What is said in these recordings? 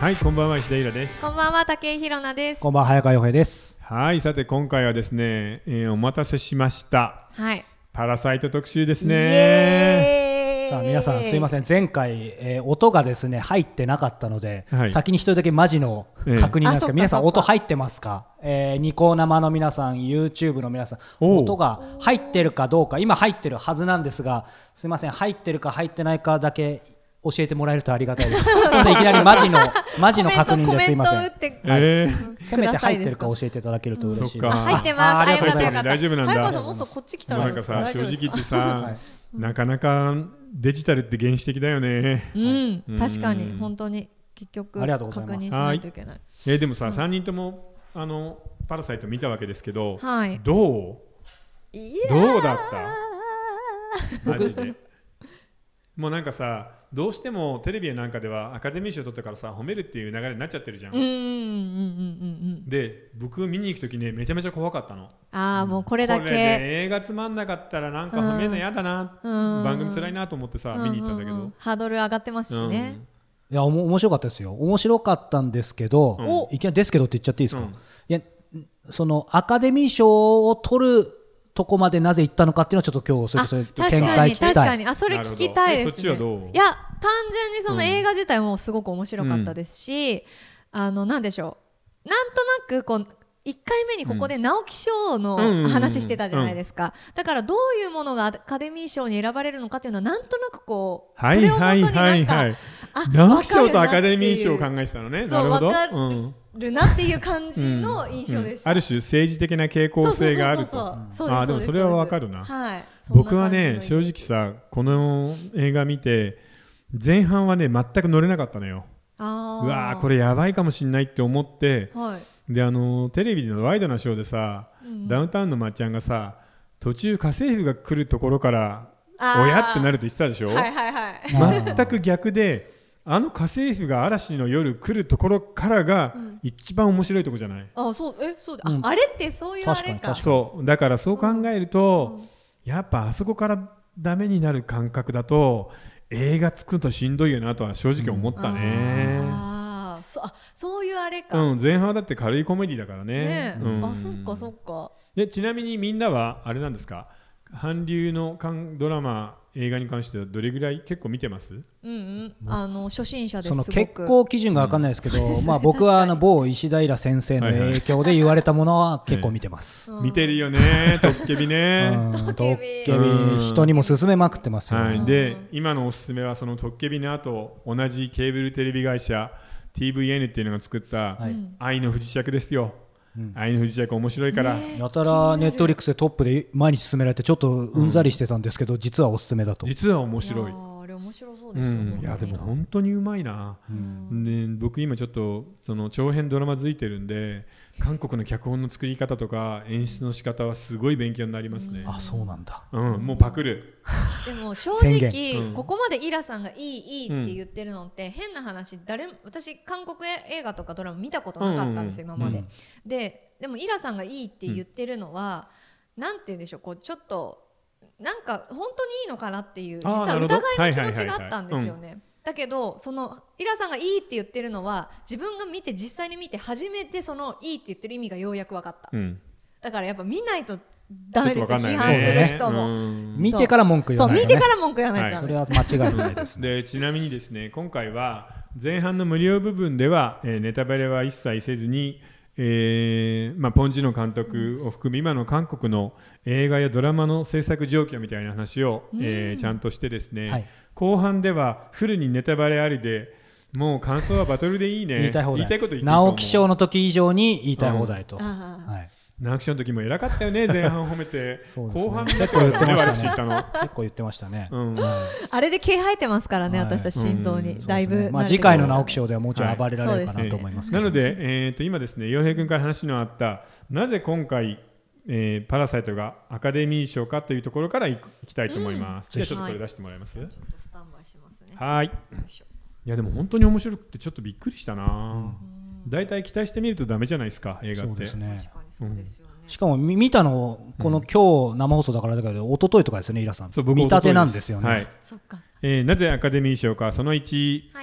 はい、こんばんは石田イラです。 こんばんは武井宏奈です。 こんばんは早川洋平です。 はい、さて今回はですね、お待たせしました。 はい。 パラサイト特集ですね。 イエーイ。 さあ皆さんすいません、前回、音がですね入ってなかったので、 はい、 先に一人だけマジの確認なんですけど、皆さん音入ってますか？ニコ生の皆さん、YouTube の皆さん、音が入ってるかどうか、今入ってるはずなんですが、すいません、入ってるか入ってないかだけ教えてもらえるとありがたいです。いきなりマジの確認ですいません。せめて入ってるか教えていただけると嬉しいです。 入ってます。 ありがとうございます。大丈夫なんだ。 早川さんもっとこっち来たらなんかさ、正直言ってさ、なかなかデジタルって原始的だよね。 確かに本当に結局確認しないといけない。 でもさ、3人ともパラサイト見たわけですけど、 はい、 どうだったマジで。もうなんかさ、どうしてもテレビなんかではアカデミー賞取ったからさ褒めるっていう流れになっちゃってるじゃん。で僕見に行くときねめちゃめちゃ怖かったの。 もうこれだけこれで映画つまんなかったらなんか褒めるのやだな、番組つらいなと思ってさ、見に行ったんだけど、 ハードル上がってますしね。 いや面白かったですよ。面白かったんですけど、いきなりですけどって言っちゃっていいですか？いや、そのアカデミー賞を取るとこまでなぜ行ったのかっていうのはちょっと今日それ見解聞きたい。 確かにそれ聞きたいですね。 そっちはどう？ いや単純にその映画自体もすごく面白かったですし、なんでしょう、なんとなくこう1回目にここで直木賞の話してたじゃないですか。だからどういうものがアカデミー賞に選ばれるのかっていうのはなんとなくこう、それをもとになんか直木賞とアカデミー賞を考えてたのね。なるほど。 分かるなっていう感じの印象でした。 ある種政治的な傾向性があると。でもそれは分かるな。僕はね正直さこの映画見て前半はね全く乗れなかったのよ。うわーこれやばいかもしんないって思って、でテレビのワイドなショーでさ、ダウンタウンのまっちゃんがさ途中家政婦が来るところから親ってなると言ってたでしょ。全く逆で家政婦が嵐の夜来るところからが一番面白いところじゃない？ あれってそういうあれか。 そうだからそう考えると、やっぱあそこからダメになる感覚だと映画作るとしんどいよなとは正直思ったね。 そういうあれか。 前半はだって軽いコメディだからね。 そっか。 でちなみにみんなはあれなんですか、韓流のドラマ映画に関してはどれぐらい結構見てます？ 初心者です。 その結構基準が分かんないですけど、僕は某石田イラ先生の影響で言われたものは結構見てます。 見てるよね、トッケビね。 トッケビ人にも勧めまくってますよ。 で今のおすすめはそのトッケビの後同じケーブルテレビ会社 TVN っていうのが作った愛の不時着ですよ。愛の不時着面白いから、 やたらネットフリックスでトップで毎日勧められてちょっとうんざりしてたんですけど、実はおすすめだと。 実は面白い。 あれ面白そうですよね。 いやでも本当にうまいな。僕今ちょっとその長編ドラマづいてるんで、韓国の脚本の作り方とか演出の仕方はすごい勉強になりますね。 そうなんだ。 もうパクる。 でも正直ここまでイラさんがいいって言ってるのって変な話、私韓国映画とかドラマ見たことなかったんですよ今まで。でもイラさんがいいって言ってるのは、なんて言うんでしょう、こうちょっとなんか本当にいいのかなっていう実は疑いの気持ちがあったんですよね。だけどそのイラさんがいいって言ってるのは自分が実際に見て初めてそのいいって言ってる意味がようやく分かった、だからやっぱ見ないとダメですよ、批判する人も。 見てから文句言わないとね。 見てから文句言わないとダメ。 それは間違いないですでちなみにですね、今回は前半の無料部分では、ネタバレは一切せずに、ポン・ジュノ監督を含む今の韓国の映画やドラマの制作状況みたいな話を、ちゃんとしてですね、後半ではフルにネタバレありで、もう感想はバトルでいいね。 言いたい放題。 言いたいこと言っていいと思う。直木賞の時以上に言いたい放題と。 直木賞の時も偉かったよね。前半褒めて後半結構言ってましたね。結構言ってましたね。 あれで毛生えてますからね、私たち心臓にだいぶ。 次回の直木賞ではもうちょい暴れられるかなと思います。 なので今ですね、洋平君から話のあったなぜ今回パラサイトがアカデミー賞かというところからいきたいと思います。じゃあちょっとこれ出してもらえます？ スタンバイしますね。 はい。いやでも本当に面白くてちょっとびっくりしたな。だいたい期待してみるとダメじゃないですか、映画って。 そうですね。 確かにそうですよね。 しかも見たのこの今日生放送だからだけど一昨日とかですよね、イラさん。見立てなんですよね。 なぜアカデミー賞か、その1、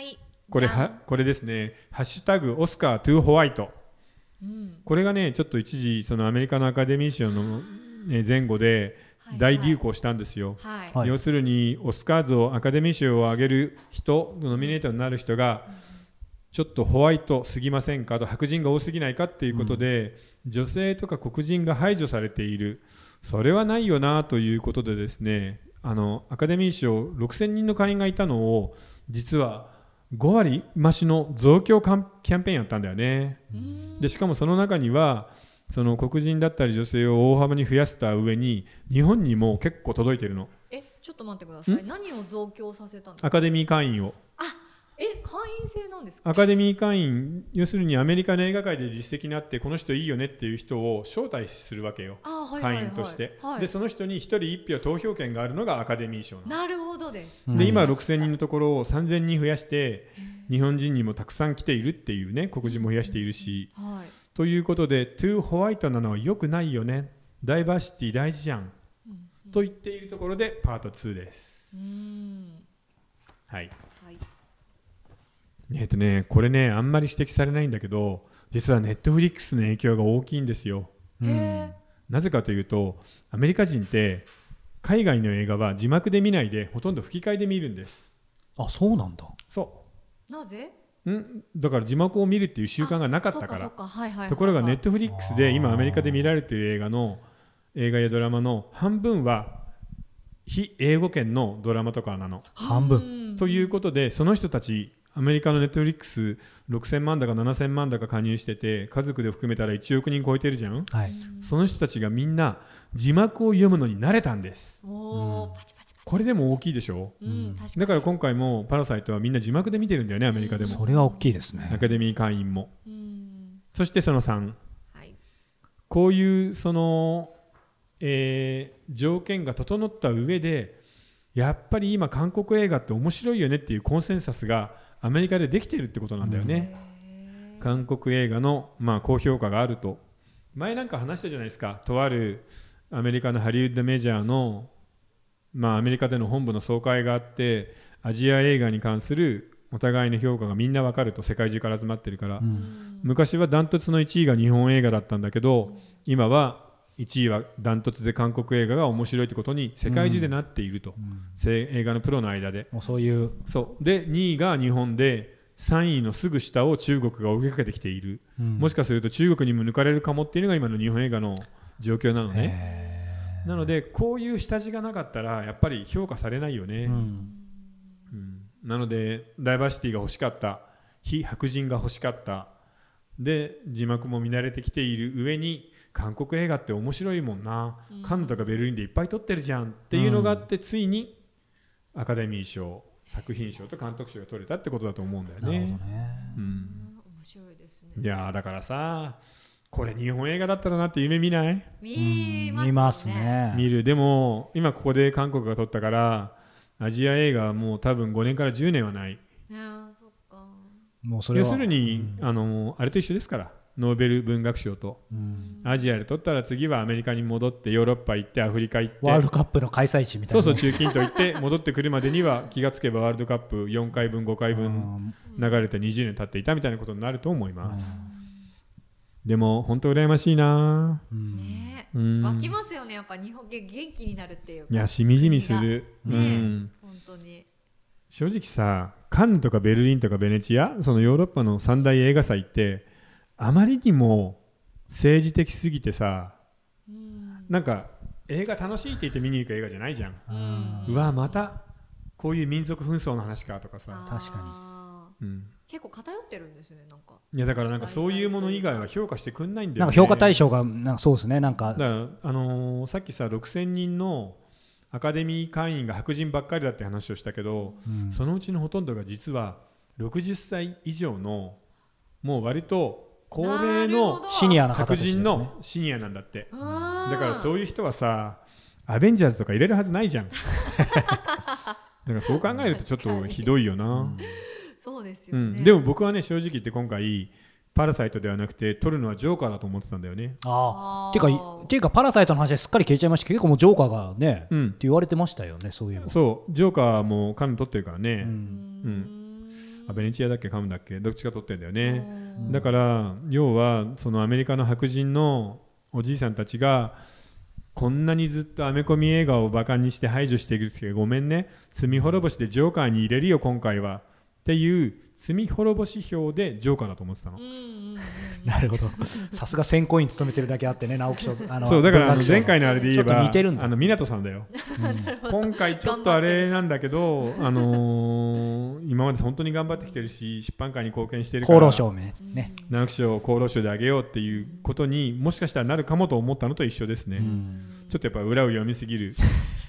これですね、ハッシュタグオスカートゥーホワイト、これがねちょっと一時そのアメリカのアカデミー賞の、前後で大流行したんですよ、要するにオスカー像アカデミー賞をあげる人、ノミネートになる人がちょっとホワイトすぎませんかと、白人が多すぎないかっていうことで、女性とか黒人が排除されている、それはないよなということでですね、アカデミー賞6000人の会員がいたのを実は5割増しの増強キャンペーンやったんだよね。でしかもその中にはその黒人だったり女性を大幅に増やした上に日本にも結構届いてるの。 ちょっと待ってください。何を増強させたんですか？ アカデミー会員を。 会員制なんですか？ アカデミー会員、要するにアメリカの映画界で実績にあってこの人いいよねっていう人を招待するわけよ、会員として、でその人に1人1票投票権があるのがアカデミー賞なるほどです。 で今6000人のところを3000人増やして日本人にもたくさん来ているっていうね、黒人も増やしているし、ということでトゥーホワイトなのは良くないよね、ダイバーシティ大事じゃん、と言っているところでパート2です。はい、これねあんまり指摘されないんだけど、実はネットフリックスの影響が大きいんですよ。なぜかというとアメリカ人って海外の映画は字幕で見ないでほとんど吹き替えで見るんです。 そうなんだ。 なぜ？ だから字幕を見るっていう習慣がなかったから。ところがネットフリックスで今アメリカで見られている映画やドラマの半分は非英語圏のドラマとかなの。 半分ということで、その人たちアメリカのネットフリックス6000万だか7000万だか加入してて、家族で含めたら1億人超えてるじゃん、その人たちがみんな字幕を読むのに慣れたんです。これでも大きいでしょ、だから今回もパラサイトはみんな字幕で見てるんだよね、アメリカでも。 それは大きいですね。 アカデミー会員も。そしてその3、こういうその、条件が整った上でやっぱり今韓国映画って面白いよねっていうコンセンサスがアメリカでできてるってことなんだよね。韓国映画の高評価があると。前なんか話したじゃないですか、とあるアメリカのハリウッドメジャーの、アメリカでの本部の総会があって、アジア映画に関するお互いの評価がみんな分かると、世界中から集まってるから、昔はダントツの1位が日本映画だったんだけど、今は1位はダントツで韓国映画が面白いってことに世界中でなっていると、映画のプロの間で。 そういうで2位が日本で、3位のすぐ下を中国が追いかけてきている、もしかすると中国にも抜かれるかもっていうのが今の日本映画の状況なのね。なのでこういう下地がなかったらやっぱり評価されないよね、なのでダイバーシティが欲しかった、非白人が欲しかった、で字幕も見慣れてきている上に韓国映画って面白いもんな、カンヌとかベルリンでいっぱい撮ってるじゃんっていうのがあって、ついにアカデミー賞、作品賞と監督賞が取れたってことだと思うんだよね。 なるほどね。 面白いですね。 いやだからさ、これ日本映画だったらなって夢見ない？ 見ますね。 見る。でも今ここで韓国が撮ったからアジア映画はもう多分5年から10年はない。 そっか。 もうそれは要するに、あれと一緒ですから、ノーベル文学賞と、アジアで撮ったら次はアメリカに戻ってヨーロッパ行ってアフリカ行ってワールドカップの開催地みたいな。 中近東行って戻ってくるまでには気がつけばワールドカップ4回分5回分流れて20年経っていたみたいなことになると思います。でも本当羨ましいな、 湧きますよね、やっぱ日本元気になるっていうか。 いやしみじみする、 本当に正直さ、カンヌとかベルリンとかベネチア、そのヨーロッパの三大映画祭ってあまりにも政治的すぎてさ、なんか映画楽しいって言って見に行く映画じゃないじゃん、うわまたこういう民族紛争の話かとかさ。 確かに、結構偏ってるんですね。なんかいやだからなんかそういうもの以外は評価してくんないんだよね。 なんか評価対象がなんかそうですね。なんかだからさっきさ6000人のアカデミー会員が白人ばっかりだって話をしたけど、そのうちのほとんどが実は60歳以上のもう割と高齢のシニアの白人のシニアなんだって。だからそういう人はさ、アベンジャーズとか入れるはずないじゃん。だからそう考えるとちょっとひどいよな。 そうですよね。 でも僕はね正直言って今回パラサイトではなくて撮るのはジョーカーだと思ってたんだよね。 ていうかパラサイトの話ですっかり消えちゃいましたけど、結構もうジョーカーがね、って言われてましたよね。そういうの。 そうジョーカーもカンヌ撮ってるからね。 ベネチアだっけカムだっけどっちか撮ってんだよね。だから要はそのアメリカの白人のおじいさんたちがこんなにずっとアメコミ映画をバカにして排除しているけどごめんね、罪滅ぼしでジョーカーに入れるよ今回はっていう罪滅ぼし票でジョーカーだと思ってたの。 なるほど。さすが選考委員務めてるだけあってね、直木賞そうだから前回のあれで言えば湊さんだよ、今回ちょっとあれなんだけど、今まで本当に頑張ってきてるし出版界に貢献してるから厚労省ね、 直木賞を厚労省であげようっていうことにもしかしたらなるかもと思ったのと一緒ですね。ちょっとやっぱ裏を読みすぎる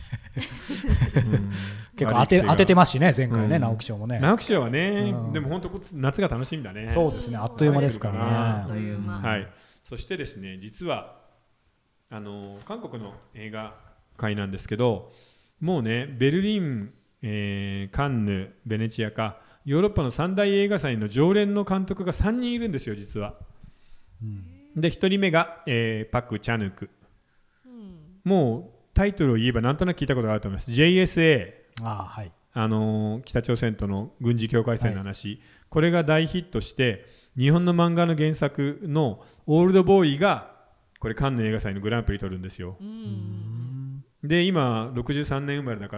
結構当ててますしね前回ね、直木賞もね。 直木賞はね、でも本当夏が楽しみだね。 そうですね、あっという間ですからね。 はい。そしてですね、実は韓国の映画界なんですけど、もうねベルリン、カンヌ、ベネチアかヨーロッパの三大映画祭の常連の監督が3人いるんですよ実は。で1人目が、パク・チャヌク、もうタイトルを言えばなんとなく聞いたことがあると思います。 JSA、 はい、 北朝鮮との軍事境界線の話、これが大ヒットして日本の漫画の原作のオールドボーイがこれカンヌ映画祭のグランプリ取るんですよ。で今63年生まれだから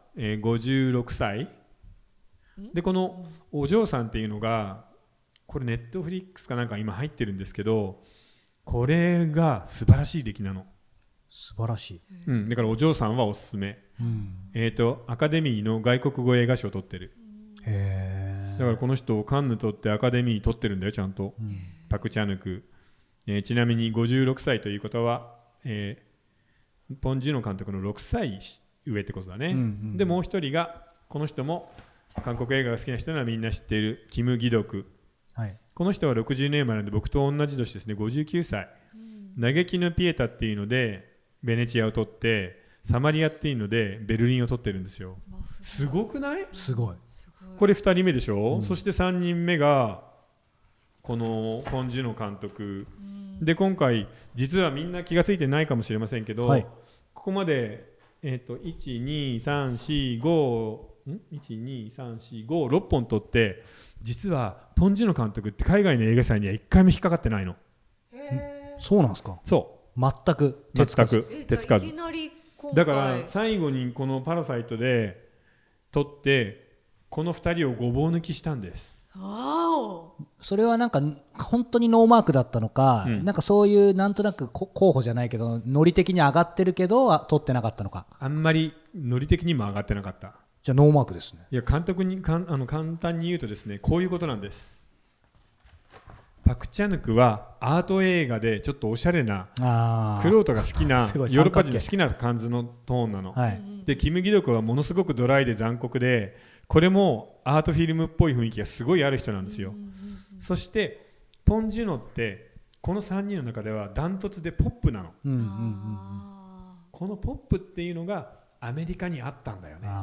、56歳で、このお嬢さんっていうのがこれネットフリックスかなんか今入ってるんですけど、これが素晴らしい出来なの。 素晴らしい、 だからお嬢さんはおすすめ、アカデミーの外国語映画賞を取ってる。だからこの人カンヌ取ってアカデミー取ってるんだよちゃんと、パク・チャヌク、ちなみに56歳ということは、ポン・ジュノ監督の6歳上ってことだね。でもう一人がこの人も韓国映画が好きな人ならみんな知っているキム・ギドク、この人は60年生まれで僕と同じ年ですね、59歳、嘆きのピエタっていうのでベネチアを取って、サマリアっていうのでベルリンを取ってるんですよ。すごくない？ すごい。 これ2人目でしょ、そして3人目がこのポン・ジュノ監督、で今回実はみんな気がついてないかもしれませんけど、ここまで、6本取って、実はポン・ジュノ監督って海外の映画祭には1回も引っかかってないの。 そうなんですか？ そう全く手つかず。 だから最後にこのパラサイトで撮ってこの2人をごぼう抜きしたんです。 それはなんか本当にノーマークだったのか、なんかそういうなんとなく候補じゃないけどノリ的に上がってるけど撮ってなかったのか。 あんまりノリ的にも上がってなかった。 じゃあノーマークですね。 いや監督に簡単に言うとですね、こういうことなんです。パク・チャヌクはアート映画でちょっとおしゃれなクロートが好きなヨーロッパ人の好きな感じのトーンなの、でキム・ギドクはものすごくドライで残酷で、これもアートフィルムっぽい雰囲気がすごいある人なんですよ。そしてポン・ジュノってこの3人の中ではダントツでポップなの、このポップっていうのがアメリカにあったんだよね。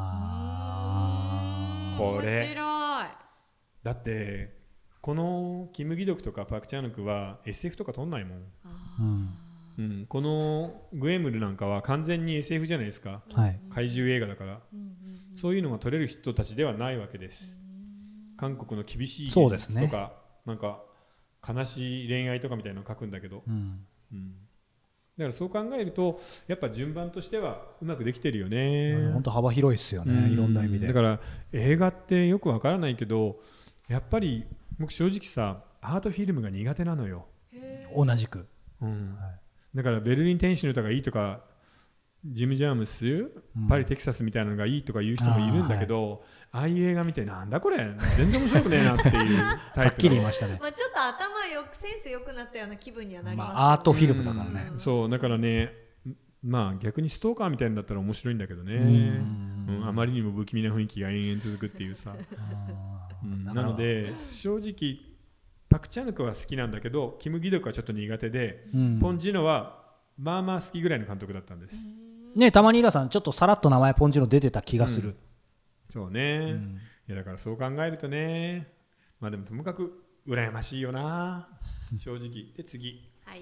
これ面白い。だってこのキム・ギドクとかパク・チャヌクは SF とか撮んないもん。このグエムルなんかは完全に SF じゃないですか、怪獣映画だから、そういうのが撮れる人たちではないわけです。韓国の厳しい現実とか、なんか悲しい恋愛とかみたいなのを書くんだけど、だからそう考えるとやっぱ順番としてはうまくできてるよね。 本当幅広いですよね、いろんな意味で。 だから映画ってよくわからないけど、やっぱり僕正直さアートフィルムが苦手なのよ。 同じく、 だからベルリン天使の歌がいいとかジム・ジャームス、パリ・テキサスみたいなのがいいとか言う人もいるんだけど、ああいう映画見てなんだこれ全然面白くねえなっていうタイプはっきり言いましたね。 ちょっと頭よくセンス良くなったような気分にはなりますよね。 アートフィルムだからね。 そうだからね、逆にストーカーみたいになったら面白いんだけどね、あまりにも不気味な雰囲気が延々続くっていうさなので正直パク・チャヌクは好きなんだけどキム・ギドクはちょっと苦手で、ポン・ジュノはまあまあ好きぐらいの監督だったんですね。たまにイラさんちょっとさらっと名前ポン・ジュノ出てた気がする、 そうね、いやだからそう考えるとね、でもともかく羨ましいよな正直。で次はい、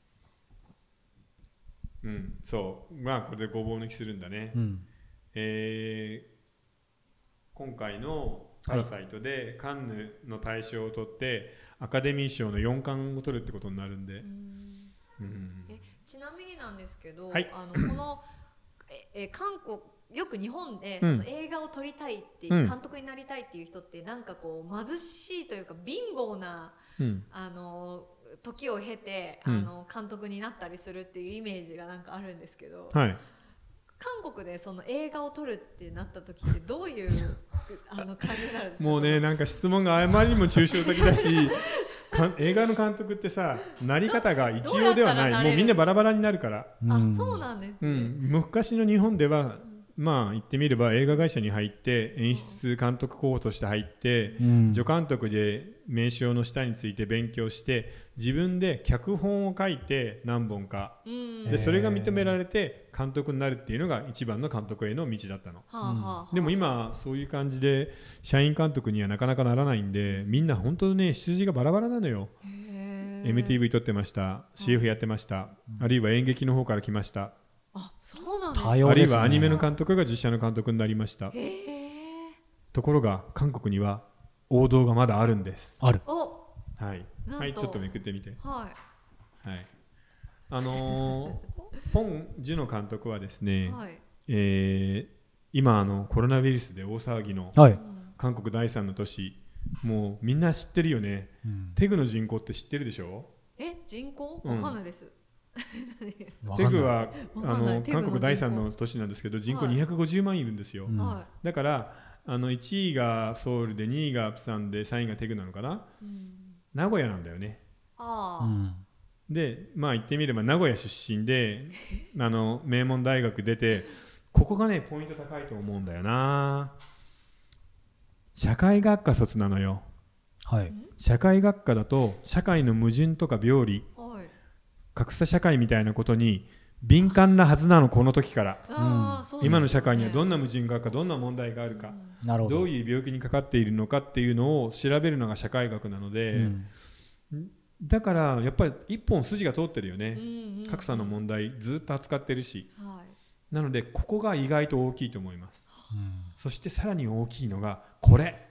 そうこれでごぼう抜きするんだね、今回のパラサイトでカンヌの大賞を取ってアカデミー賞の4冠を取るってことになるんで。 ちなみになんですけど、 はい、 この韓国よく日本でその映画を撮りたいっていう、監督になりたいっていう人ってなんかこう貧しいというか貧乏な、時を経て監督になったりするっていうイメージがなんかあるんですけど、 はい、 韓国でその映画を撮るってなった時ってどういう感じになるんですか？ もうね、なんか質問があまりにも抽象的だし映画の監督ってさ、なり方が一様ではない。もうみんなバラバラになるから。 そうなんですね。 昔の日本ではまあ言ってみれば映画会社に入って演出監督候補として入って、助監督で名称の下について勉強して自分で脚本を書いて何本か、でそれが認められて監督になるっていうのが一番の監督への道だったの。でも今そういう感じで社員監督にはなかなかならないんで、みんな本当ね、出自がバラバラなのよ。MTV 撮ってました、CF やってました、あるいは演劇の方から来ました。 そうなんですね、あるいはアニメの監督が実写の監督になりました。ところが韓国には王道がまだあるんです。 ある。 はい、はい、ちょっとめくってみて。 はい、 はい、ポン・ジュノ監督はですね、はい、今コロナウイルスで大騒ぎの韓国第3の都市、もうみんな知ってるよね、テグの人口って知ってるでしょ？ 人口？わかんないです。 テグは韓国第3の都市なんですけど、人口250万いるんですよ。だから1位がソウルで2位がプサンで3位がテグなのかな、名古屋なんだよね。でまあ言ってみれば名古屋出身で名門大学出て、ここがねポイント高いと思うんだよな。社会学科卒なのよ。 はい、 社会学科だと社会の矛盾とか病理、格差社会みたいなことに敏感なはずなの、この時から。今の社会にはどんな矛盾があるか、どんな問題があるか、どういう病気にかかっているのかっていうのを調べるのが社会学なので、だからやっぱり一本筋が通ってるよね。格差の問題ずっと扱ってるし、なのでここが意外と大きいと思います。そしてさらに大きいのがこれ、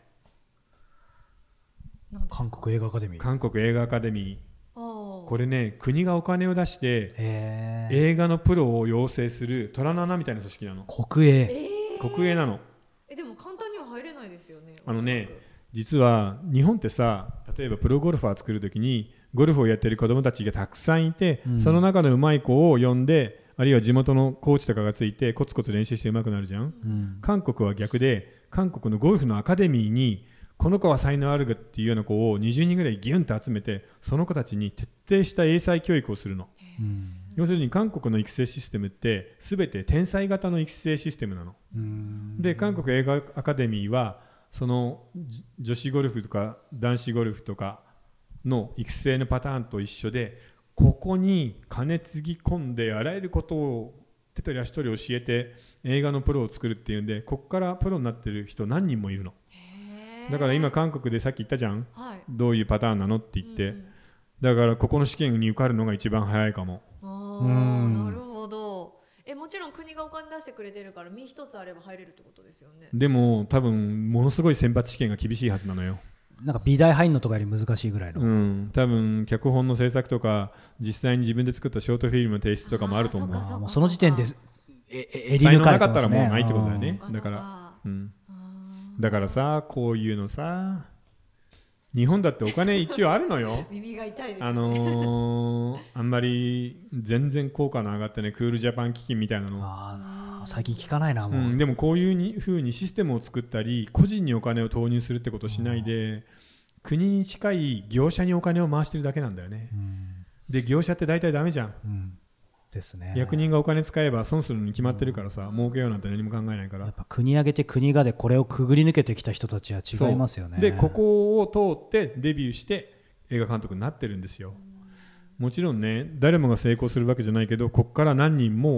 韓国映画アカデミー。 韓国映画アカデミー、これね、国がお金を出して映画のプロを養成する虎の穴みたいな組織なの。 国営、 国営なの。 でも簡単には入れないですよね。 実は日本ってさ、例えばプロゴルファー作るときにゴルフをやってる子どもたちがたくさんいて、その中のうまい子を呼んで、あるいは地元のコーチとかがついてコツコツ練習してうまくなるじゃん。韓国は逆で、韓国のゴルフのアカデミーにこの子は才能あるっていうような子を20人ぐらいギュンと集めて、その子たちに徹底した英才教育をするの。要するに韓国の育成システムって全て天才型の育成システムなの。で韓国映画アカデミーはその女子ゴルフとか男子ゴルフとかの育成のパターンと一緒で、ここに金つぎ込んであらゆることを手取り足取り教えて映画のプロを作るっていうんで、ここからプロになってる人何人もいるの。だから今韓国でさっき言ったじゃん、どういうパターンなのって言って、だからここの試験に受かるのが一番早いかも。 なるほど。もちろん国がお金出してくれてるから身一つあれば入れるってことですよね。 でも多分ものすごい選抜試験が厳しいはずなのよ。 なんか美大入るのとかより難しいぐらいの。 多分脚本の制作とか実際に自分で作ったショートフィルムの提出とかもあると思う。 もうその時点で才能なかったらもうないってことだよね。だから、だからさ、こういうのさ、日本だってお金一応あるのよ。 耳が痛いですね。 あんまり全然効果の上がってね、クールジャパン基金みたいなの。 最近聞かないなもう。 でもこういう風にシステムを作ったり、個人にお金を投入するってことをしないで、国に近い業者にお金を回してるだけなんだよね。で業者って大体ダメじゃん。 ですね。 役人がお金使えば損するのに決まってるからさ、儲けようなんて何も考えないから。 やっぱ国挙げて国がでこれをくぐり抜けてきた人たちは違いますよね。 でここを通ってデビューして映画監督になってるんですよ。もちろんね、誰もが成功するわけじゃないけど、ここから何人も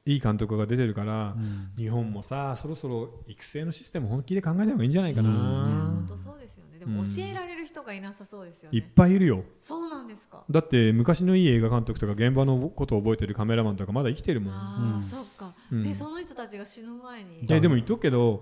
いい監督が出てるから、日本もさそろそろ育成のシステム本気で考えた方がいいんじゃないかな。 本当そうですよね。でも教えられる人がいなさそうですよね。 いっぱいいるよ。 そうなんですか。 だって昔のいい映画監督とか現場のことを覚えてるカメラマンとかまだ生きてるもん。 ああ、そっか。でその人たちが死ぬ前に。 でも言っとくけど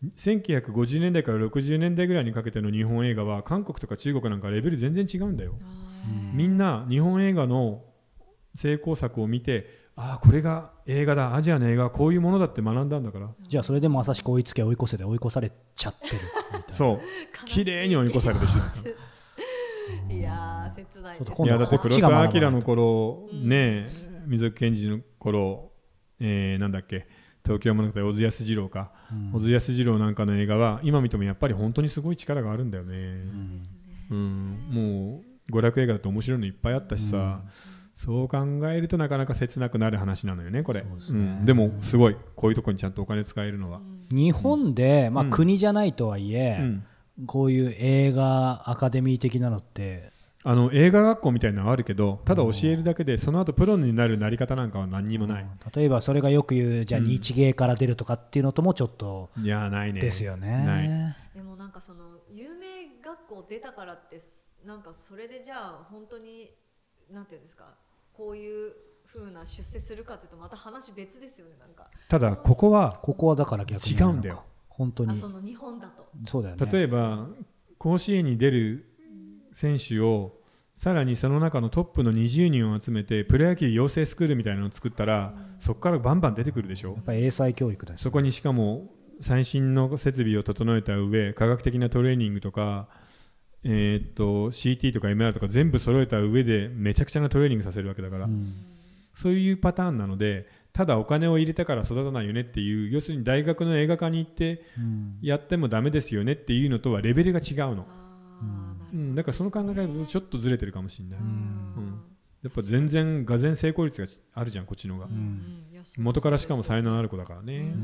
1950年代から60年代ぐらいにかけての日本映画は韓国とか中国なんかレベル全然違うんだよ。みんな日本映画の成功作を見て、ああこれが映画だ、アジアの映画はこういうものだって学んだんだから。 じゃあそれでもまさしく追いつけ追い越せで追い越されちゃってるみたいな。 そう綺麗に追い越されてしまう。 いやー切ないですね。 いやだって黒澤明の頃ね、溝木健二の頃、なんだっけ東京物語小津安二郎か、小津安二郎なんかの映画は今見てもやっぱり本当にすごい力があるんだよね。もう娯楽映画だと面白いのいっぱいあったしさ、そう考えるとなかなか切なくなる話なのよねこれ。でもすごいこういうところにちゃんとお金使えるのは。 日本で、国じゃないとはいえ、こういう映画アカデミー的なのって映画学校みたいなのはあるけど、ただ教えるだけでその後プロになるなり方なんかは何にもない。 例えばそれがよく言うじゃあ日芸から出るとかっていうのともちょっといやないねですよね。 ない。 でもなんかその有名学校出たからってなんかそれでじゃあ本当になんていうんですか、こういう風な出世するかっていうとまた話別ですよね。なんかただここはだから逆に違うんだよ本当に。 その日本だとそうだよね。 例えば甲子園に出る選手をさらにその中のトップの20人を集めてプロ野球養成スクールみたいなのを作ったら、そこからバンバン出てくるでしょ。 やっぱり英才教育だよね。 そこにしかも最新の設備を整えた上、科学的なトレーニングとか、CT とか MR とか全部揃えた上でめちゃくちゃなトレーニングさせるわけだから、そういうパターンなので、ただお金を入れたから育たないよねっていう、要するに大学の映画科に行ってやってもダメですよねっていうのとはレベルが違うの。だからその考え方とちょっとずれてるかもしれない。やっぱ全然がぜん成功率があるじゃんこっちの方が。元からしかも才能ある子だからね。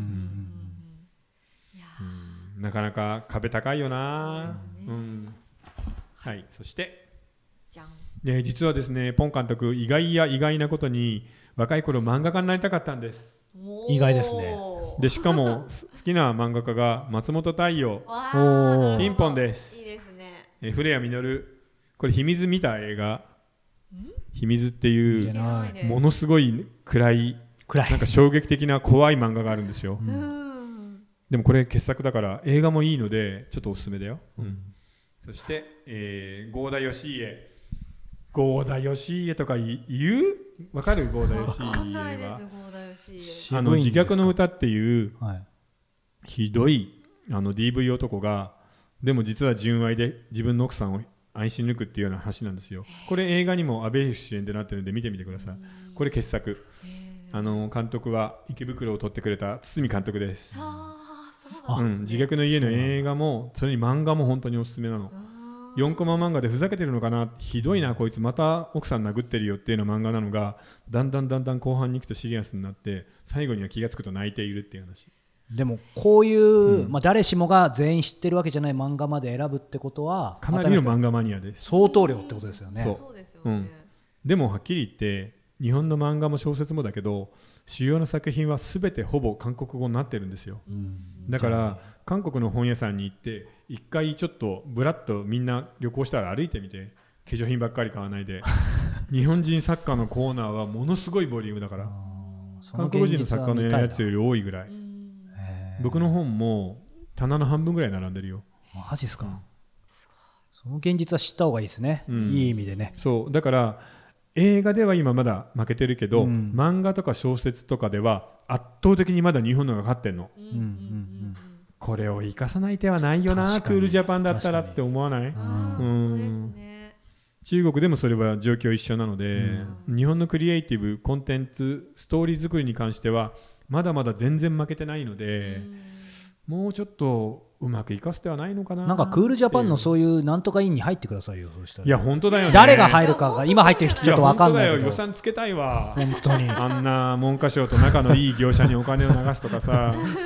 なかなか壁高いよな。はい、そして実はですね、ポン監督意外なことに若い頃漫画家になりたかったんです。 意外ですね。 でしかも好きな漫画家が松本太陽ピンポンです。 いいですね。古谷実、これ秘密見た映画、秘密っていうものすごい暗いなんか衝撃的な怖い漫画があるんですよ。でもこれ傑作だから映画もいいのでちょっとおすすめだよ。そして、郷田義家とか言う？わかる？郷田義家は。わかんないです。郷田義家。自虐の歌っていう、ひどいDV 男がでも実は純愛で自分の奥さんを愛し抜くっていうような話なんですよ。これ映画にも阿部寛主演でなってるんで見てみてください。これ傑作。監督は池袋を撮ってくれた堤監督です。自虐の家の映画もそれに漫画も本当におすすめなの。4コマ漫画でふざけてるのかな、ひどいなこいつまた奥さん殴ってるよっていうような漫画なのがだんだん後半に行くとシリアスになって最後には気がつくと泣いているっていう話。 でもこういう、誰しもが全員知ってるわけじゃない漫画まで選ぶってことはかなりの漫画マニアです。 相当量ってことですよね。 そうですよね。 でもはっきり言って日本の漫画も小説もだけど主要な作品は全てほぼ韓国語になってるんですよ。だから韓国の本屋さんに行って一回ちょっとブラッとみんな旅行したら歩いてみて、化粧品ばっかり買わないで日本人作家のコーナーはものすごいボリュームだから韓国人の作家のやつより多いぐらい。僕の本も棚の半分ぐらい並んでるよ。 マジっすか。その現実は知った方がいいですね。いい意味でね。 そうだから映画では今まだ負けてるけど、漫画とか小説とかでは圧倒的にまだ日本のが勝ってんの。これを生かさない手はないよな、クールジャパンだったらって思わない？中国でもそれは状況一緒なので、日本のクリエイティブコンテンツストーリー作りに関してはまだまだ全然負けてないので、もうちょっとうまく生かす手はないのかな。 なんかクールジャパンのそういうなんとか委員に入ってくださいよ。そうしたら。 いや本当だよね。 誰が入るかが今入ってる人ちょっと分かんないけど。 予算つけたいわ。 本当に。 あんな文科省と仲のいい業者にお金を流すとかさ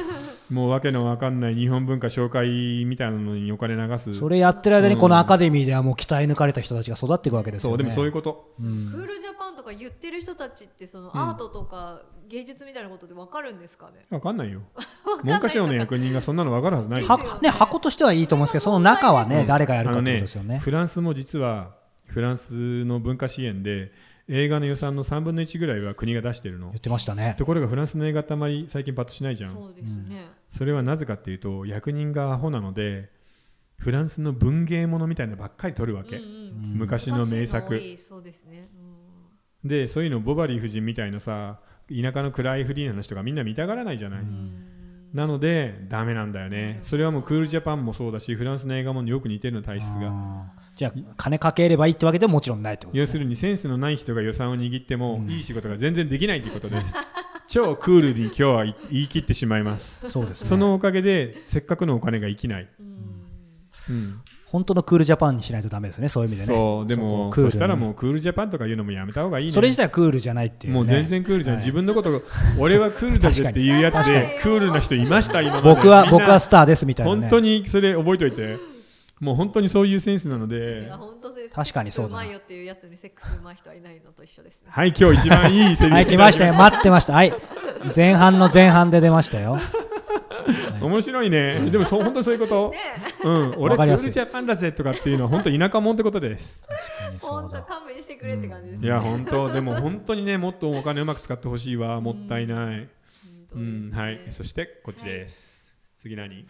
もうわけのわかんない日本文化紹介みたいなのにお金流す。 それやってる間にこのアカデミーではもう鍛え抜かれた人たちが育っていくわけですよね。 そうでもそういうこと、 クールジャパンとか言ってる人たちってそのアートとか芸術みたいなことで分かるんですかね。 分かんないよ文科省の役人がそんなの分かるはずないよ、 ね、箱としてはいいと思うんですけどその中はね、誰がやるかってことですよね。 フランスも実はフランスの文化支援で映画の予算の3分の1ぐらいは国が出してるの。 言ってましたね。 ところがフランスの映画ってあまり最近パッとしないじゃん。 そうですね、 それはなぜかっていうと役人がアホなのでフランスの文芸ものみたいなのばっかり撮るわけ、昔の名作。 そうですね、 でそういうのボバリー夫人みたいなさ田舎の暗いフリーな人がみんな見たがらないじゃない。なのでダメなんだよね。それはもうクールジャパンもそうだしフランスの映画もよく似てるの体質が。 じゃあ金かければいいってわけでももちろんないってことですね。 要するにセンスのない人が予算を握っても、いい仕事が全然できないということです超クールに今日は言い切ってしまいます。 そうですね。 そのおかげでせっかくのお金が生きない、 本当のクールジャパンにしないとダメですね。そういう意味でね。 そうでもそしたらもうクールジャパンとか言うのもやめた方がいいね。 それ自体はクールじゃないっていう、ね、 もう全然クールじゃん、自分のこと俺はクールだぜっていうやつでクールな人いました今まで。 僕はスターですみたいな、ね、 本当にそれ覚えておいて。もう本当にそういうセンスなので。 確かにそうだな。 セックスうまいよっていうやつにセックスうまい人はいないのと一緒ですね。 はい、今日一番いいセリフはい来ましたよ。待ってました。はい前半の前半で出ましたよ面白いね。でも本当にそういうこと、俺クールジャパンだぜとかっていうのは本当田舎もんってことです。 確かにそうだ。 本当勘弁してくれって感じですね。 いや本当でも本当にねもっとお金うまく使ってほしいわ。もったいない。はい。そしてこっちです、次何。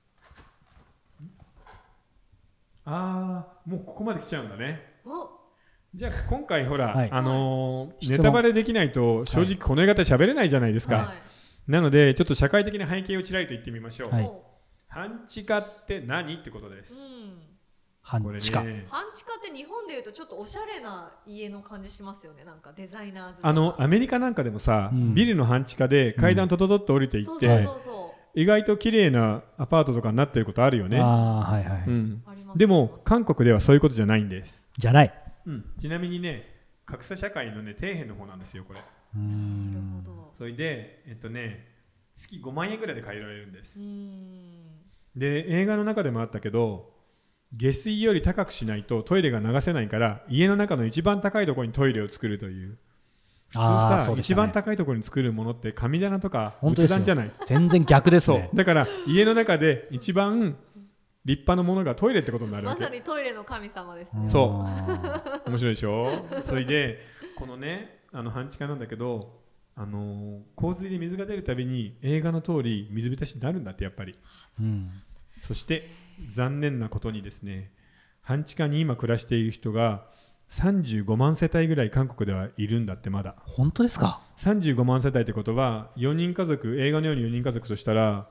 もうここまで来ちゃうんだね。じゃあ今回ほら、ネタバレできないと正直この映画って喋れないじゃないですか、なのでちょっと社会的な背景をちらりと言ってみましょう、半地下って何ってことです、 半地下、 半地下って日本でいうとちょっとおしゃれな家の感じしますよね。なんかデザイナーズとかアメリカなんかでもさ、ビルの半地下で階段とととっと降りていって、意外と綺麗なアパートとかになってることあるよね。でも韓国ではそういうことじゃないんです。 じゃない、 ちなみにね格差社会のね底辺の方なんですよこれ。それで月5万円ぐらいで借りられるんです。で映画の中でもあったけど下水より高くしないとトイレが流せないから家の中の一番高いところにトイレを作るという。普通さ、一番高いところに作るものって神棚とか仏壇じゃない。 全然逆ですね。 だから家の中で一番立派なものがトイレってことになるわけ。 まさにトイレの神様ですね。 そう面白いでしょそれでこのね半地下なんだけど洪水で水が出るたびに映画の通り水浸しになるんだってやっぱり、そして残念なことにですね半地下に今暮らしている人が35万世帯ぐらい韓国ではいるんだって。まだ本当ですか。 35万世帯ってことは4人家族、映画のように4人家族としたら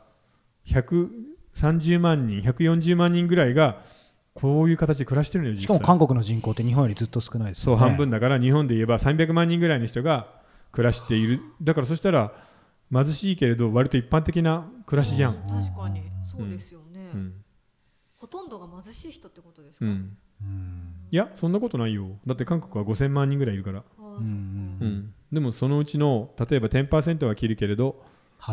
130万人140万人ぐらいがこういう形で暮らしてるのよ。 しかも韓国の人口って日本よりずっと少ないですよね。 そう半分だから日本で言えば300万人ぐらいの人が暮らしている。だからそしたら貧しいけれど割と一般的な暮らしじゃん。 確かにそうですよね、ほとんどが貧しい人ってことですか。 いやそんなことないよ。だって韓国は5000万人ぐらいいるから。でもそのうちの例えば 10% は切るけれど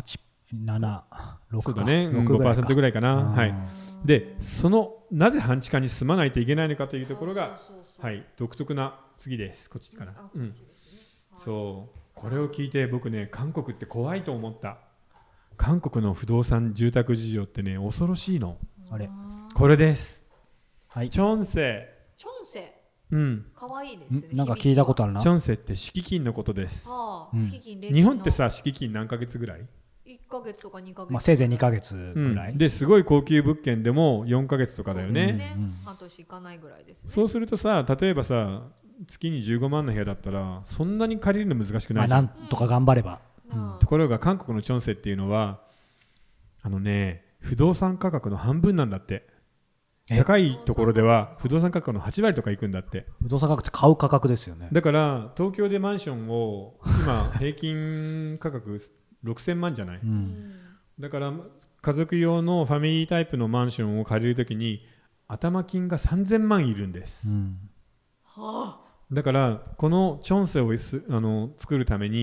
8、7、6 そうだね、5% ぐらいかな。はい。でなぜ半地下に住まないといけないのかというところが独特な次です。こっちかな。そうこれを聞いて僕ね韓国って怖いと思った。韓国の不動産住宅事情ってね恐ろしいの。これです。チョンセ。 チョンセ。 かわいいですね。 なんか聞いたことあるな。 チョンセって敷金のことです。日本ってさ敷金何ヶ月ぐらい ？1ヶ月とか2ヶ月。 せいぜい2ヶ月ぐらい。 ですごい高級物件でも4ヶ月とかだよね。 半年いかないぐらいですね。 そうするとさ例えばさ月に15万の部屋だったらそんなに借りるの難しくないじゃん。 なんとか頑張れば。 ところが韓国のチョンセっていうのは不動産価格の半分なんだって。高いところでは不動産価格の8割とかいくんだって。 不動産価格って買う価格ですよね。 だから東京でマンションを今平均価格6000万じゃない、だから家族用のファミリータイプのマンションを借りるときに頭金が3000万いるんです、だからこのチョンセを作るために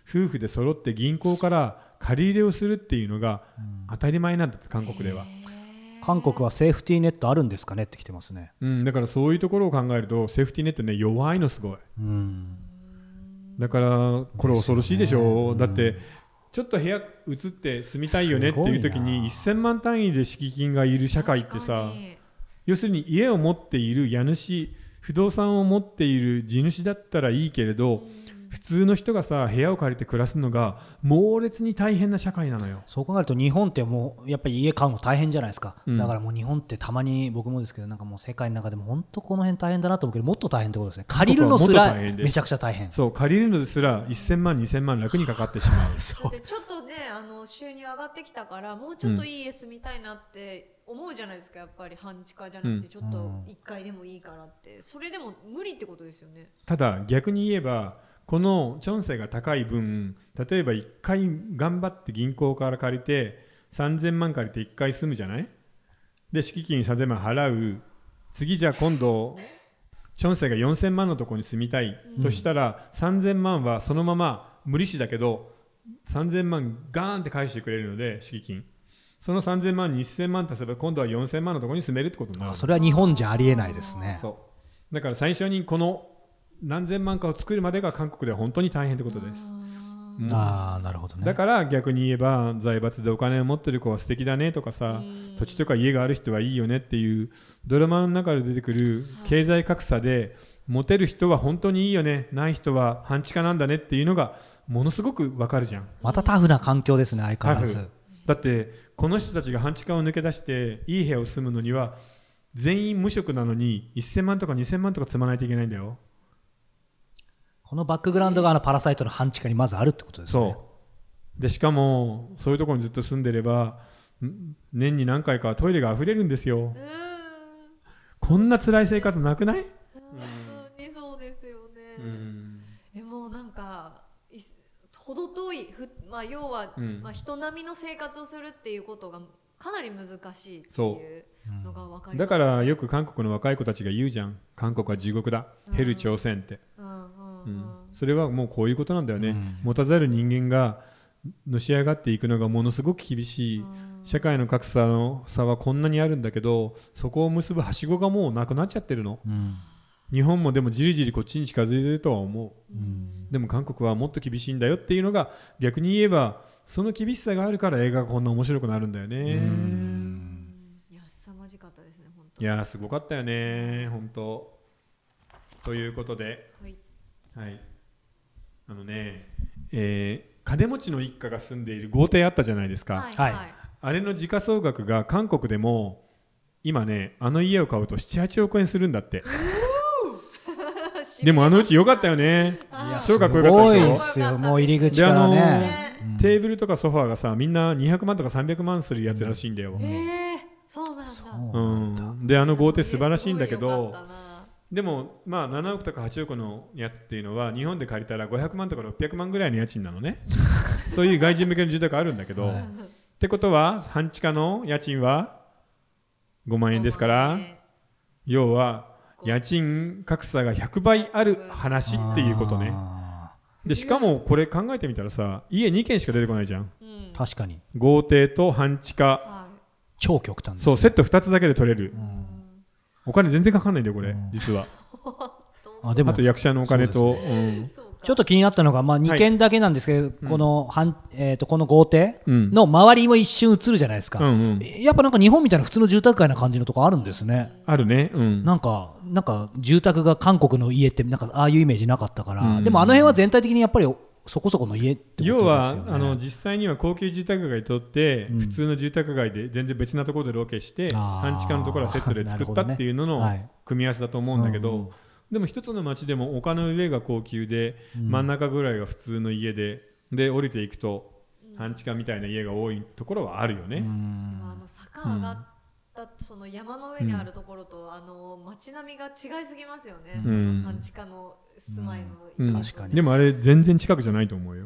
夫婦で揃って銀行から借り入れをするっていうのが当たり前なんだって韓国では。 韓国はセーフティーネットあるんですかねって来てますね。 だからそういうところを考えるとセーフティーネットね弱いのすごい。だからこれ恐ろしいでしょ。だってちょっと部屋移って住みたいよねっていう時に1000万単位で敷金がいる社会ってさ、要するに家を持っている家主、不動産を持っている地主だったらいいけれど、普通の人がさ部屋を借りて暮らすのが猛烈に大変な社会なのよ。 そう考えると日本ってもうやっぱり家買うの大変じゃないですか、だからもう日本ってたまに僕もですけどなんかもう世界の中でも本当この辺大変だなと思うけどもっと大変ってことですね。借りるのすらめちゃくちゃ大変。 そう借りるのですら1000万2000万楽にかかってしまう。 そうでちょっとね収入上がってきたからもうちょっといい家住みたいなって思うじゃないですか。やっぱり半地下じゃなくてちょっと1階でもいいからって、それでも無理ってことですよね。 ただ逆に言えばこのチョンセが高い分、例えば1回頑張って銀行から借りて3000万借りて1回住むじゃない。で敷金3000万払う。次じゃあ今度チョンセが4000万のところに住みたいとしたら、3000万はそのまま無利子だけど3000万ガーンって返してくれるので敷金、その3000万に1000万足せば今度は4000万のところに住めるってことになる。 それは日本じゃありえないですね。 そうだから最初にこの何千万かを作るまでが韓国では本当に大変ってことです。 なるほどね。 だから逆に言えば財閥でお金を持ってる子は素敵だねとかさ、土地とか家がある人はいいよねっていうドラマの中で出てくる経済格差で、持てる人は本当にいいよね、ない人は半地下なんだねっていうのがものすごくわかるじゃん。 またタフな環境ですね相変わらず。 だってこの人たちが半地下を抜け出していい部屋を住むのには全員無職なのに1000万とか2000万とか積まないといけないんだよ。 このバックグラウンドがパラサイトの半地下にまずあるってことですね。 そうでしかもそういうところにずっと住んでれば年に何回かトイレがあふれるんですよ。こんな辛い生活なくない？ 本当にそうですよね。もうなんか程遠い要は、人並みの生活をするっていうことがかなり難しいっていうのが分かりますね。 だからよく韓国の若い子たちが言うじゃん、韓国は地獄だ、ヘル朝鮮って、それはもうこういうことなんだよね。持たざる人間がのし上がっていくのがものすごく厳しい。社会の格差の差はこんなにあるんだけど、そこを結ぶはしごがもうなくなっちゃってるの。日本もでもじりじりこっちに近づいてるとは思う。でも韓国はもっと厳しいんだよっていうのが、逆に言えばその厳しさがあるから映画がこんな面白くなるんだよね。 いや凄まじかったですね本当。 いやすごかったよね本当。ということで、金持ちの一家が住んでいる豪邸あったじゃないですか。あれの時価総額が韓国でも今ね、あの家を買うと 7,8 億円するんだって。でもあのうち良かったよね。超かっこよかったでしょ。 すごいですよ。もう入り口からね。 テーブルとかソファーがさみんな200万とか300万するやつらしいんだよ。 そうなんだ。 であの豪邸素晴らしいんだけど、でも7億とか8億のやつっていうのは日本で借りたら500万とか600万ぐらいの家賃なのね。そういう外人向けの住宅あるんだけど、ってことは半地下の家賃は5万円ですから、要は家賃格差が100倍ある話っていうことね。でしかもこれ考えてみたらさ、家2軒しか出てこないじゃん。 確かに豪邸と半地下、 超極端ですね。 そうセット2つだけで取れる。お金全然かかんないんだよこれ実は。あと役者のお金と、 ちょっと気になったのが、2軒だけなんですけど、この豪邸の周りも一瞬映るじゃないですか。やっぱなんか日本みたいな普通の住宅街な感じのとこあるんですね。 あるね。 なんか住宅が韓国の家ってなんかああいうイメージなかったから、でもあの辺は全体的にやっぱりそこそこの家ってことですよね。 要は実際には高級住宅街にとって普通の住宅街で全然別なところでロケして半地下のところはセットで作ったっていうのの組み合わせだと思うんだけど、でも一つの町でも丘の上が高級で真ん中ぐらいが普通の家で降りていくと半地下みたいな家が多いところはあるよね。でも坂上がったその山の上にあるところと街並みが違いすぎますよね。その半地下の住まいの家。 確かに。 でもあれ全然近くじゃないと思うよ。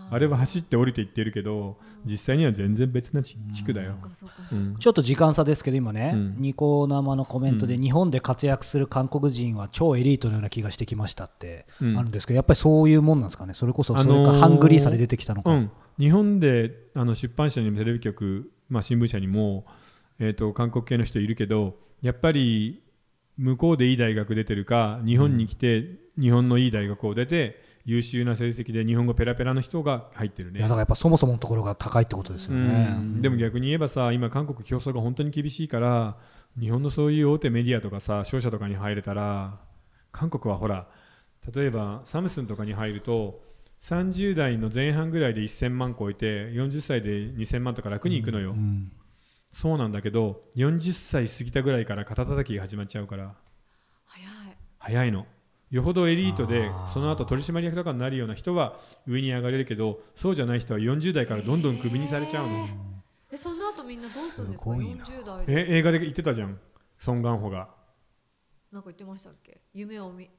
あれは走って降りていってるけど実際には全然別な地区だよ。 ちょっと時間差ですけど今ね、ニコ生のコメントで、日本で活躍する韓国人は超エリートのような気がしてきましたってあるんですけど、やっぱりそういうもんなんですかね。それこそそれかハングリーさで出てきたのか。 日本で出版社にもテレビ局、新聞社にも、韓国系の人いるけど、やっぱり向こうでいい大学出てるか日本に来て日本のいい大学を出て優秀な成績で日本語ペラペラの人が入ってるね。 いやだからやっぱそもそものところが高いってことですよね。 でも逆に言えばさ、今韓国競争が本当に厳しいから日本のそういう大手メディアとかさ商社とかに入れたら、韓国はほら例えばサムスンとかに入ると30代の前半ぐらいで1000万超えて40歳で2000万とか楽にいくのよ。そうなんだけど40歳過ぎたぐらいから肩叩きが始まっちゃうから早いの。よほどエリートでその後取締役とかになるような人は上に上がれるけど、そうじゃない人は40代からどんどんクビにされちゃうの。 その後みんなどうするんですか。40代で映画で言ってたじゃん、ソン・ガンホが。 なんか言ってましたっけ。夢を違う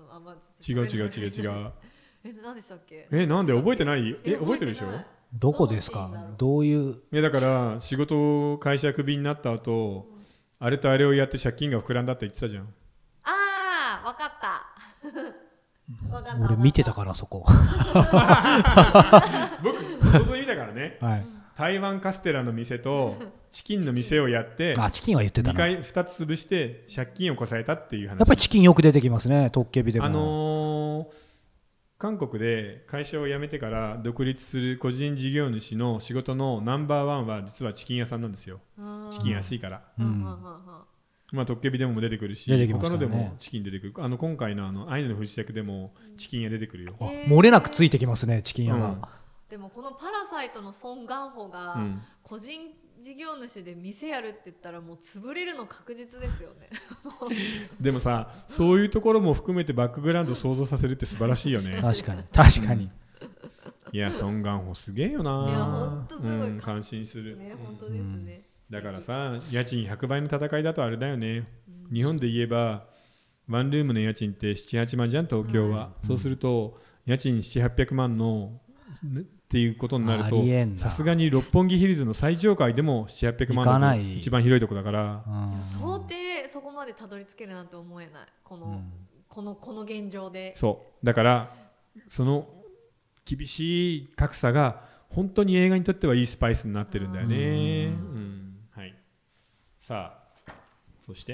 何でしたっけ。 なんで覚えてない。覚えてるでしょ。 どこですか。どういう。 だから仕事会社クビになった後、あれとあれをやって借金が膨らんだって言ってたじゃん。 分かった俺見てたからそこ僕外で見たからね、台湾カステラの店とチキンの店をやってチキンは言ってたな。 2つ潰して借金をこさえたっていう話。 やっぱりチキンよく出てきますね、トッケビでも。 韓国で会社を辞めてから独立する個人事業主の仕事のナンバーワンは実はチキン屋さんなんですよ。チキン安いから。トッケビでも出てくるし、他のでもチキン出てくる。今回のアイヌの不時着でもチキン屋出てくるよ。 漏れなくついてきますね、チキン屋が。 でもこのパラサイトのソン・ガンホが個人事業主で店やるって言ったらもう潰れるの確実ですよねでもさ、そういうところも含めてバックグラウンドを想像させるって素晴らしいよね。 確かにいや、ソン・ガンホすげえよな。 いや本当すごい、 感心する、 本当ですね。 だからさ、家賃100倍の戦いだとあれだよね。日本で言えばワンルームの家賃って 7,8 万じゃん、東京は。そうすると家賃7,800万のっていうことになると、さすがに六本木ヒルズの最上階でも7,800万だと一番広いところだから、 到底そこまでたどり着けるなんて思えない。この現状で。 そうだからその厳しい格差が本当に映画にとってはいいスパイスになってるんだよね。さあそして、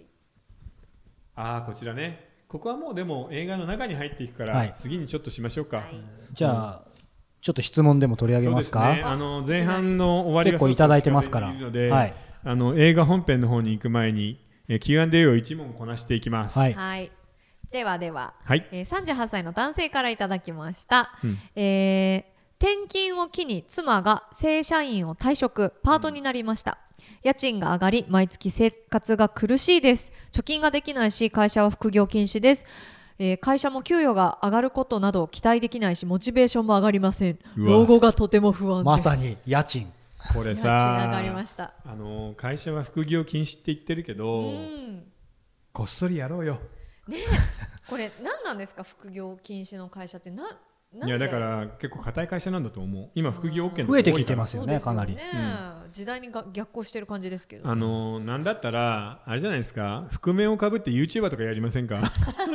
こちらね。ここはもうでも映画の中に入っていくから、次にちょっとしましょうか。 じゃあちょっと質問でも取り上げますか。 前半の終わりが結構いただいてますから、 映画本編の方に行く前に Q&A を1問こなしていきます。 では、38歳の男性からいただきました。転勤を機に妻が正社員を退職、パートになりました。家賃が上がり毎月生活が苦しいです。貯金ができないし会社は副業禁止です。会社も給与が上がることなど期待できないしモチベーションも上がりません。老後がとても不安です。 まさに家賃。 これさ、 家賃上がりました。 会社は副業禁止って言ってるけど、こっそりやろうよ。 ねこれ何なんですか、副業禁止の会社って。 いやだから結構固い会社なんだと思う。今副業 OK 増えてきてますよね、かなり。 時代に逆行してる感じですけど、 なんだったらあれじゃないですか、覆面をかぶって YouTuber とかやりませんか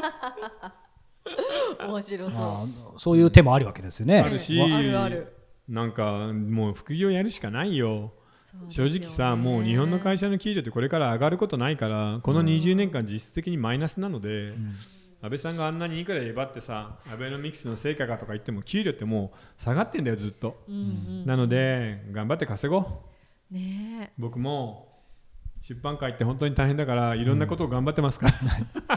面白そう。 そういう手もあるわけですよね。 あるし、なんかもう副業やるしかないよ。正直さ、もう日本の会社の給料ってこれから上がることないから、この20年間実質的にマイナスなので、安倍さんがあんなにいくらえばってさ、アベノミクスの成果がとか言っても給料ってもう下がってんだよずっと。なので頑張って稼ごう。僕も出版界って本当に大変だからいろんなことを頑張ってますから、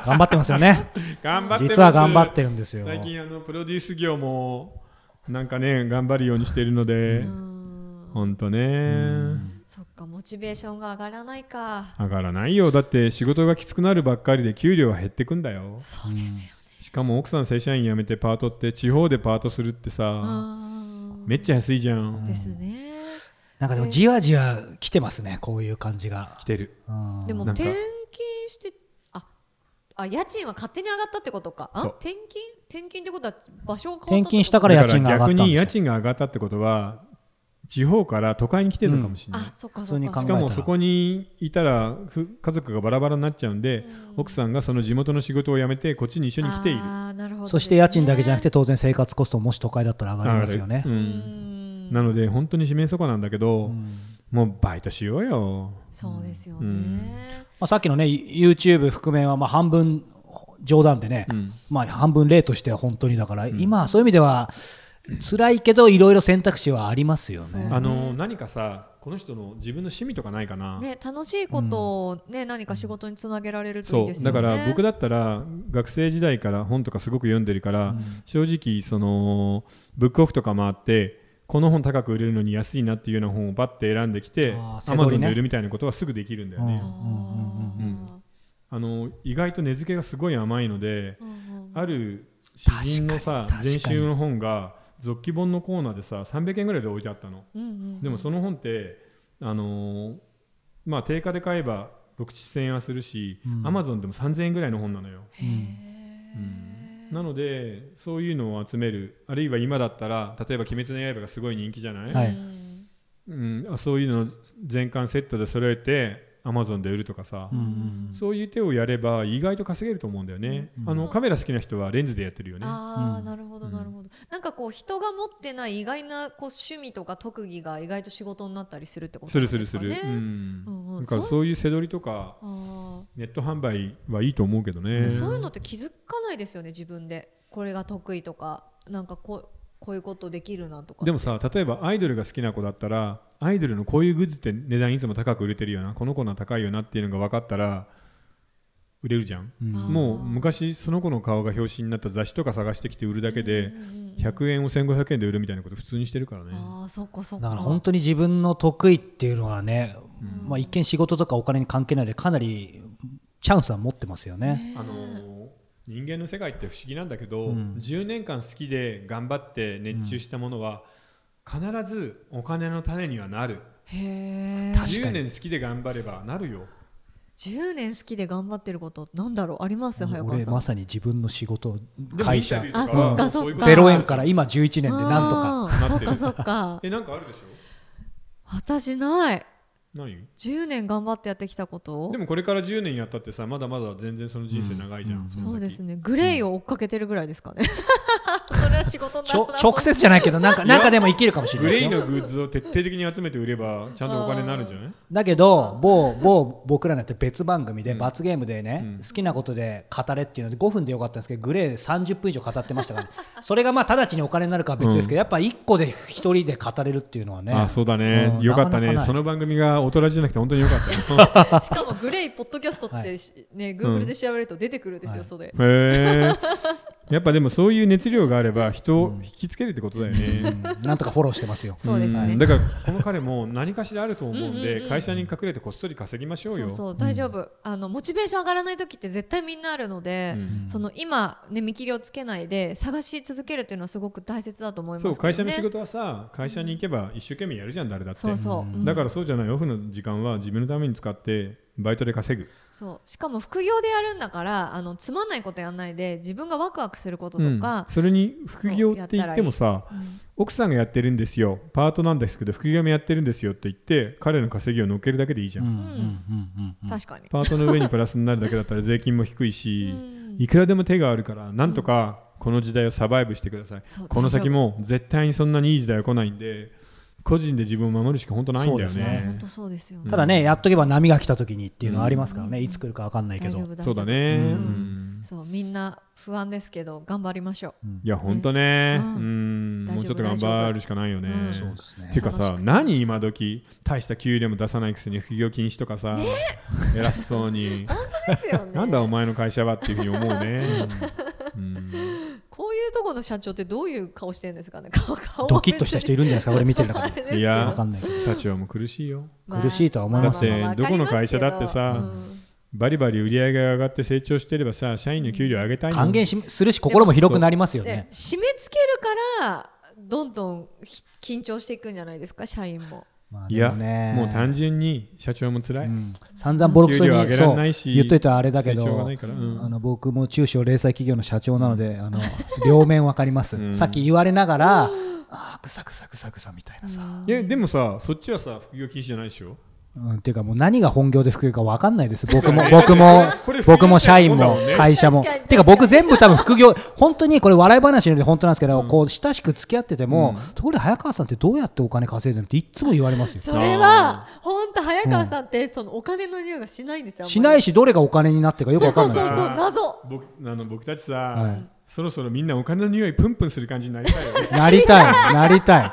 頑張ってますよね頑張ってます。 実は頑張ってるんですよ。 最近プロデュース業もなんかね頑張るようにしているので、本当ね。 そっか、モチベーションが上がらないか。 上がらないよ。だって仕事がきつくなるばっかりで給料は減ってくんだよ。 そうですよね。 しかも奥さん正社員辞めてパートって地方でパートするってさ、めっちゃ安いじゃん。 ですね。 なんかでもじわじわ来てますね、こういう感じが。 来てる。 でも転勤して家賃は勝手に上がったってことか。転勤ってことは場所が変わった。 転勤したから家賃が上がったんでしょ。 逆に家賃が上がったってことは地方から都会に来てるのかもしれない、 そっか。 しかもそこにいたら家族がバラバラになっちゃうんで、奥さんがその地元の仕事を辞めてこっちに一緒に来ている。 そして家賃だけじゃなくて当然生活コストももし都会だったら上がりますよね。 なので本当に四面楚歌なんだけど、もうバイトしようよ。 そうですよね。 さっきのね YouTube 覆面は半分冗談でね、半分例としては本当にだから、今そういう意味では辛いけどいろいろ選択肢はありますよね。 何かさ、この人の自分の趣味とかないかな、 楽しいことを、何か仕事につなげられるといいですよね。 そうだから僕だったら学生時代から本とかすごく読んでるから、正直そのブックオフとか回ってこの本高く売れるのに安いなっていうような本をバッて選んできて Amazon で売るみたいなことはすぐできるんだよね。意外と値付けがすごい甘いので、ある詩人のさ全集の本が続記本のコーナーでさ300円ぐらいで置いてあったの、でもその本って定価で買えば6、7,000円はするし、Amazon でも3,000円ぐらいの本なのよ。なのでそういうのを集める、あるいは今だったら例えば鬼滅の刃がすごい人気じゃない、そういうのを全巻セットで揃えてAmazon で売るとかさ、そういう手をやれば意外と稼げると思うんだよね。カメラ好きな人はレンズでやってるよね。 なるほどなるほど。なんかこう人が持ってない意外な趣味とか特技が意外と仕事になったりするってことなんですかね。 だからそういう背取りとかネット販売はいいと思うけどね。 そういうのって気づかないですよね、自分で。これが得意とかなんかこういうことできるなとか。 でもさ、例えばアイドルが好きな子だったらアイドルのこういうグッズって値段いつも高く売れてるよな、この子の高いよなっていうのが分かったら売れるじゃん、もう昔その子の顔が表紙になった雑誌とか探してきて売るだけで100円を1500円で売るみたいなこと普通にしてるからね。 そっかそっか。 だから本当に自分の得意っていうのはね、一見仕事とかお金に関係ないでかなりチャンスは持ってますよね。 人間の世界って不思議なんだけど、10年間好きで頑張って熱中したものは必ずお金の種にはなる。10年好きで頑張ればなるよ。 10年好きで頑張ってることなんだろう、あります早川さん。 俺まさに自分の仕事会社 0 円から今11年でなんとかなってる。そっかなんかあるでしょ。 私ない。 何 10年頑張ってやってきたことでもこれから10年やったってさ、まだまだ全然その人生長いじゃん、 そうですね。グレイを追っかけてるぐらいですかね、それは仕事になったら直接じゃないけどなんかでも生きるかもしれない。 グレイのグッズを徹底的に集めて売ればちゃんとお金になるんじゃない。 だけど僕らのやって別番組で罰ゲームでね、好きなことで語れっていうので5分でよかったんですけど、グレイ30分以上語ってましたから、ね、それが直ちにお金になるかは別ですけど、やっぱ1個で1人で語れるっていうのはね。 そうだね、よかったね。その番組が大人じゃなくて本当によかったよ。 しかもグレイポッドキャストってね、Google で調べると出てくるんですよ、それ。 やっぱでもそういう熱量があれば人を引きつけるってことだよね。 なんとかフォローしてますよ。 そうですね。 だからこの彼も何かしらあると思うんで、会社に隠れてこっそり稼ぎましょうよ。 そう大丈夫。モチベーション上がらない時って絶対みんなあるので、その今ね見切りをつけないで探し続けるっていうのはすごく大切だと思いますけどね。 そう、会社の仕事はさ、会社に行けば一生懸命やるじゃん、誰だって。だからそうじゃない、オフの時間は自分のために使ってバイトで稼ぐ。 そう、しかも副業でやるんだからつまんないことやんないで自分がワクワクすることとか、 それに副業って言ってもさ、奥さんがやってるんですよ、パートなんですけど副業もやってるんですよって言って彼の稼ぎを乗っけるだけでいいじゃん。 確かにパートの上にプラスになるだけだったら税金も低いし、いくらでも手があるからなんとかこの時代をサバイブしてください。この先も絶対にそんなにいい時代は来ないんで、個人で自分を守るしか本当ないんだよね。 本当そうですよね。 ただね、やっとけば波が来た時にっていうのはありますからね、いつ来るか分かんないけど。 そうだね、 そう、みんな不安ですけど頑張りましょう。 いや本当ね、もうちょっと頑張るしかないよね。っていうかさ、何今時大した給料も出さないくせに副業禁止とかさ、偉そうに本当ですよね。 なんだお前の会社はっていうふうに思うね。 こういうとこの社長ってどういう顔してるんですかね。 ドキッとした人いるんじゃないですか、俺見てる中で。 いや社長も苦しいよ。 苦しいとは思いますよ。だってどこの会社だってさ、バリバリ売り上げが上がって成長してればさ、社員の給料上げたいの。 還元するし心も広くなりますよね。 締め付けるからどんどん緊張していくんじゃないですか、社員も。 いやもう単純に社長も辛い、 散々ボロクソに言っといたらあれだけど、僕も中小零細企業の社長なので、両面わかります、さっき言われながらぐさぐさぐさぐさみたいなさ。 でもさ、そっちはさ副業禁止じゃないでしょ。 っていうかもう何が本業で副業か分かんないです。僕も社員も会社も。てか僕全部多分副業、本当にこれ笑い話で本当なんですけど、こう親しく付き合ってても、ところで早川さんってどうやってお金稼いでるのっていつも言われますよ。 それは本当早川さんってそのお金の匂いがしないんですよ。 しないし、どれがお金になってるかよく分かんない。 そう謎。 僕たちさ、そろそろみんなお金の匂いプンプンする感じになりたいよね。 なりたい。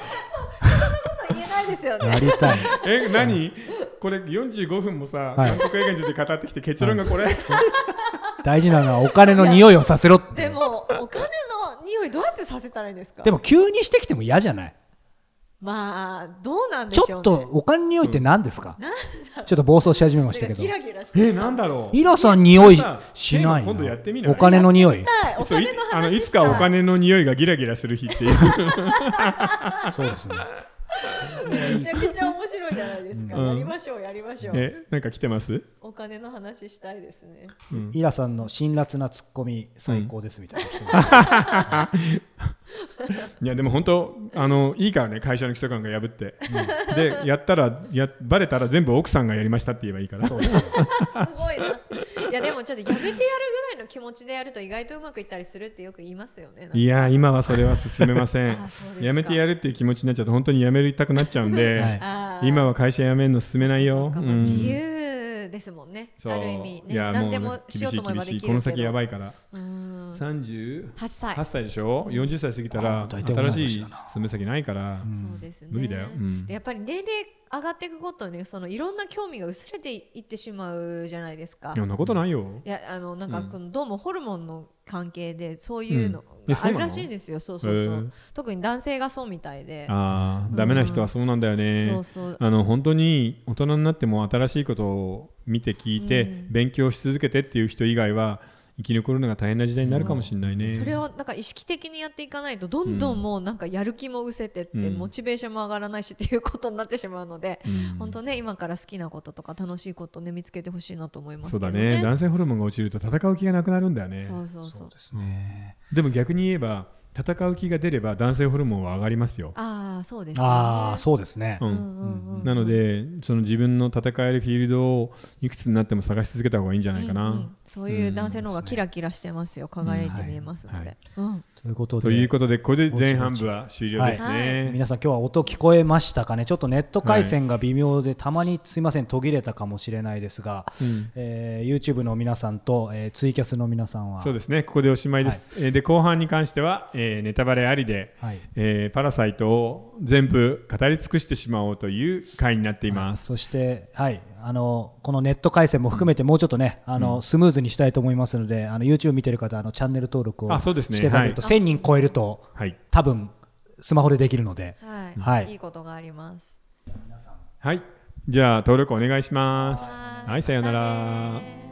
ですよね、 なりたい。 何これ45分もさ、韓国映画について語ってきて結論がこれ、 大事なのはお金の匂いをさせろって。 でもお金の匂いどうやってさせたらいいんですか。 でも急にしてきても嫌じゃない。 まあどうなんでしょうね。 ちょっとお金の匂いって何ですか。ちょっと暴走し始めましたけど。 ギラギラしてなんだろう。 イラさん匂いしないの。 今度やってみない。 お金の匂い。 いつかお金の匂いがギラギラする日っていう。 そうですね。 めちゃくちゃ面白いじゃないですか。やりましょう。 なんか来てます？ お金の話したいですね。 イラさんの辛辣なツッコミ最高ですみたいな。 いやでも本当いいからね、会社の規則感が破って、でやったらバレたら全部奥さんがやりましたって言えばいいから。すごいな。 いやでもちょっとやめてやるぐらいの気持ちでやると意外とうまくいったりするってよく言いますよね。 いや今はそれは進めません。やめてやるっていう気持ちになっちゃうと本当にやめたくなっちゃうんで、今は会社辞めるの進めないよ。 自由ですもんね。ある意味ね、何でもしようと思えばできるけど、 この先やばいから。38歳でしょ。40歳過ぎたら新しい進む先ないから、無理だよ。 やっぱり年齢上がっていくことにそのいろんな興味が薄れていってしまうじゃないですか。 そんなことないよ。 いやなんかどうもホルモンの関係でそういうのがあるらしいんですよ。そう特に男性がそうみたいで。 ダメな人はそうなんだよね。本当に大人になっても新しいことを見て聞いて勉強し続けてっていう人以外は生き残るのが大変な時代になるかもしれないね。 それをなんか意識的にやっていかないとどんどんもうなんかやる気も失せてってモチベーションも上がらないしっていうことになってしまうので、本当ね今から好きなこととか楽しいことをね見つけてほしいなと思いますけどね。 そうだね。男性ホルモンが落ちると戦う気がなくなるんだよね。 そうですね。 でも逆に言えば戦う気が出れば男性ホルモンは上がりますよ。 そうですね。 そうですね。 なのでその自分の戦えるフィールドをいくつになっても探し続けた方がいいんじゃないかな。 そういう男性の方がキラキラしてますよ。輝いて見えますので。 ということでこれで前半部は終了ですね。 皆さん今日は音聞こえましたかね。ちょっとネット回線が微妙でたまにすいません途切れたかもしれないですが、YouTube の皆さんとツイキャスの皆さんはそうですね、ここでおしまいです。で後半に関してはネタバレありで、パラサイトを全部語り尽くしてしまおうという回になっています。 そして、このネット回線も含めてもうちょっとね、スムーズにしたいと思いますので、YouTube 見てる方チャンネル登録をしていただけると、1000人超えると、多分スマホでできるので、 いいことがあります。 はい、じゃあ登録お願いします。はい、さようなら。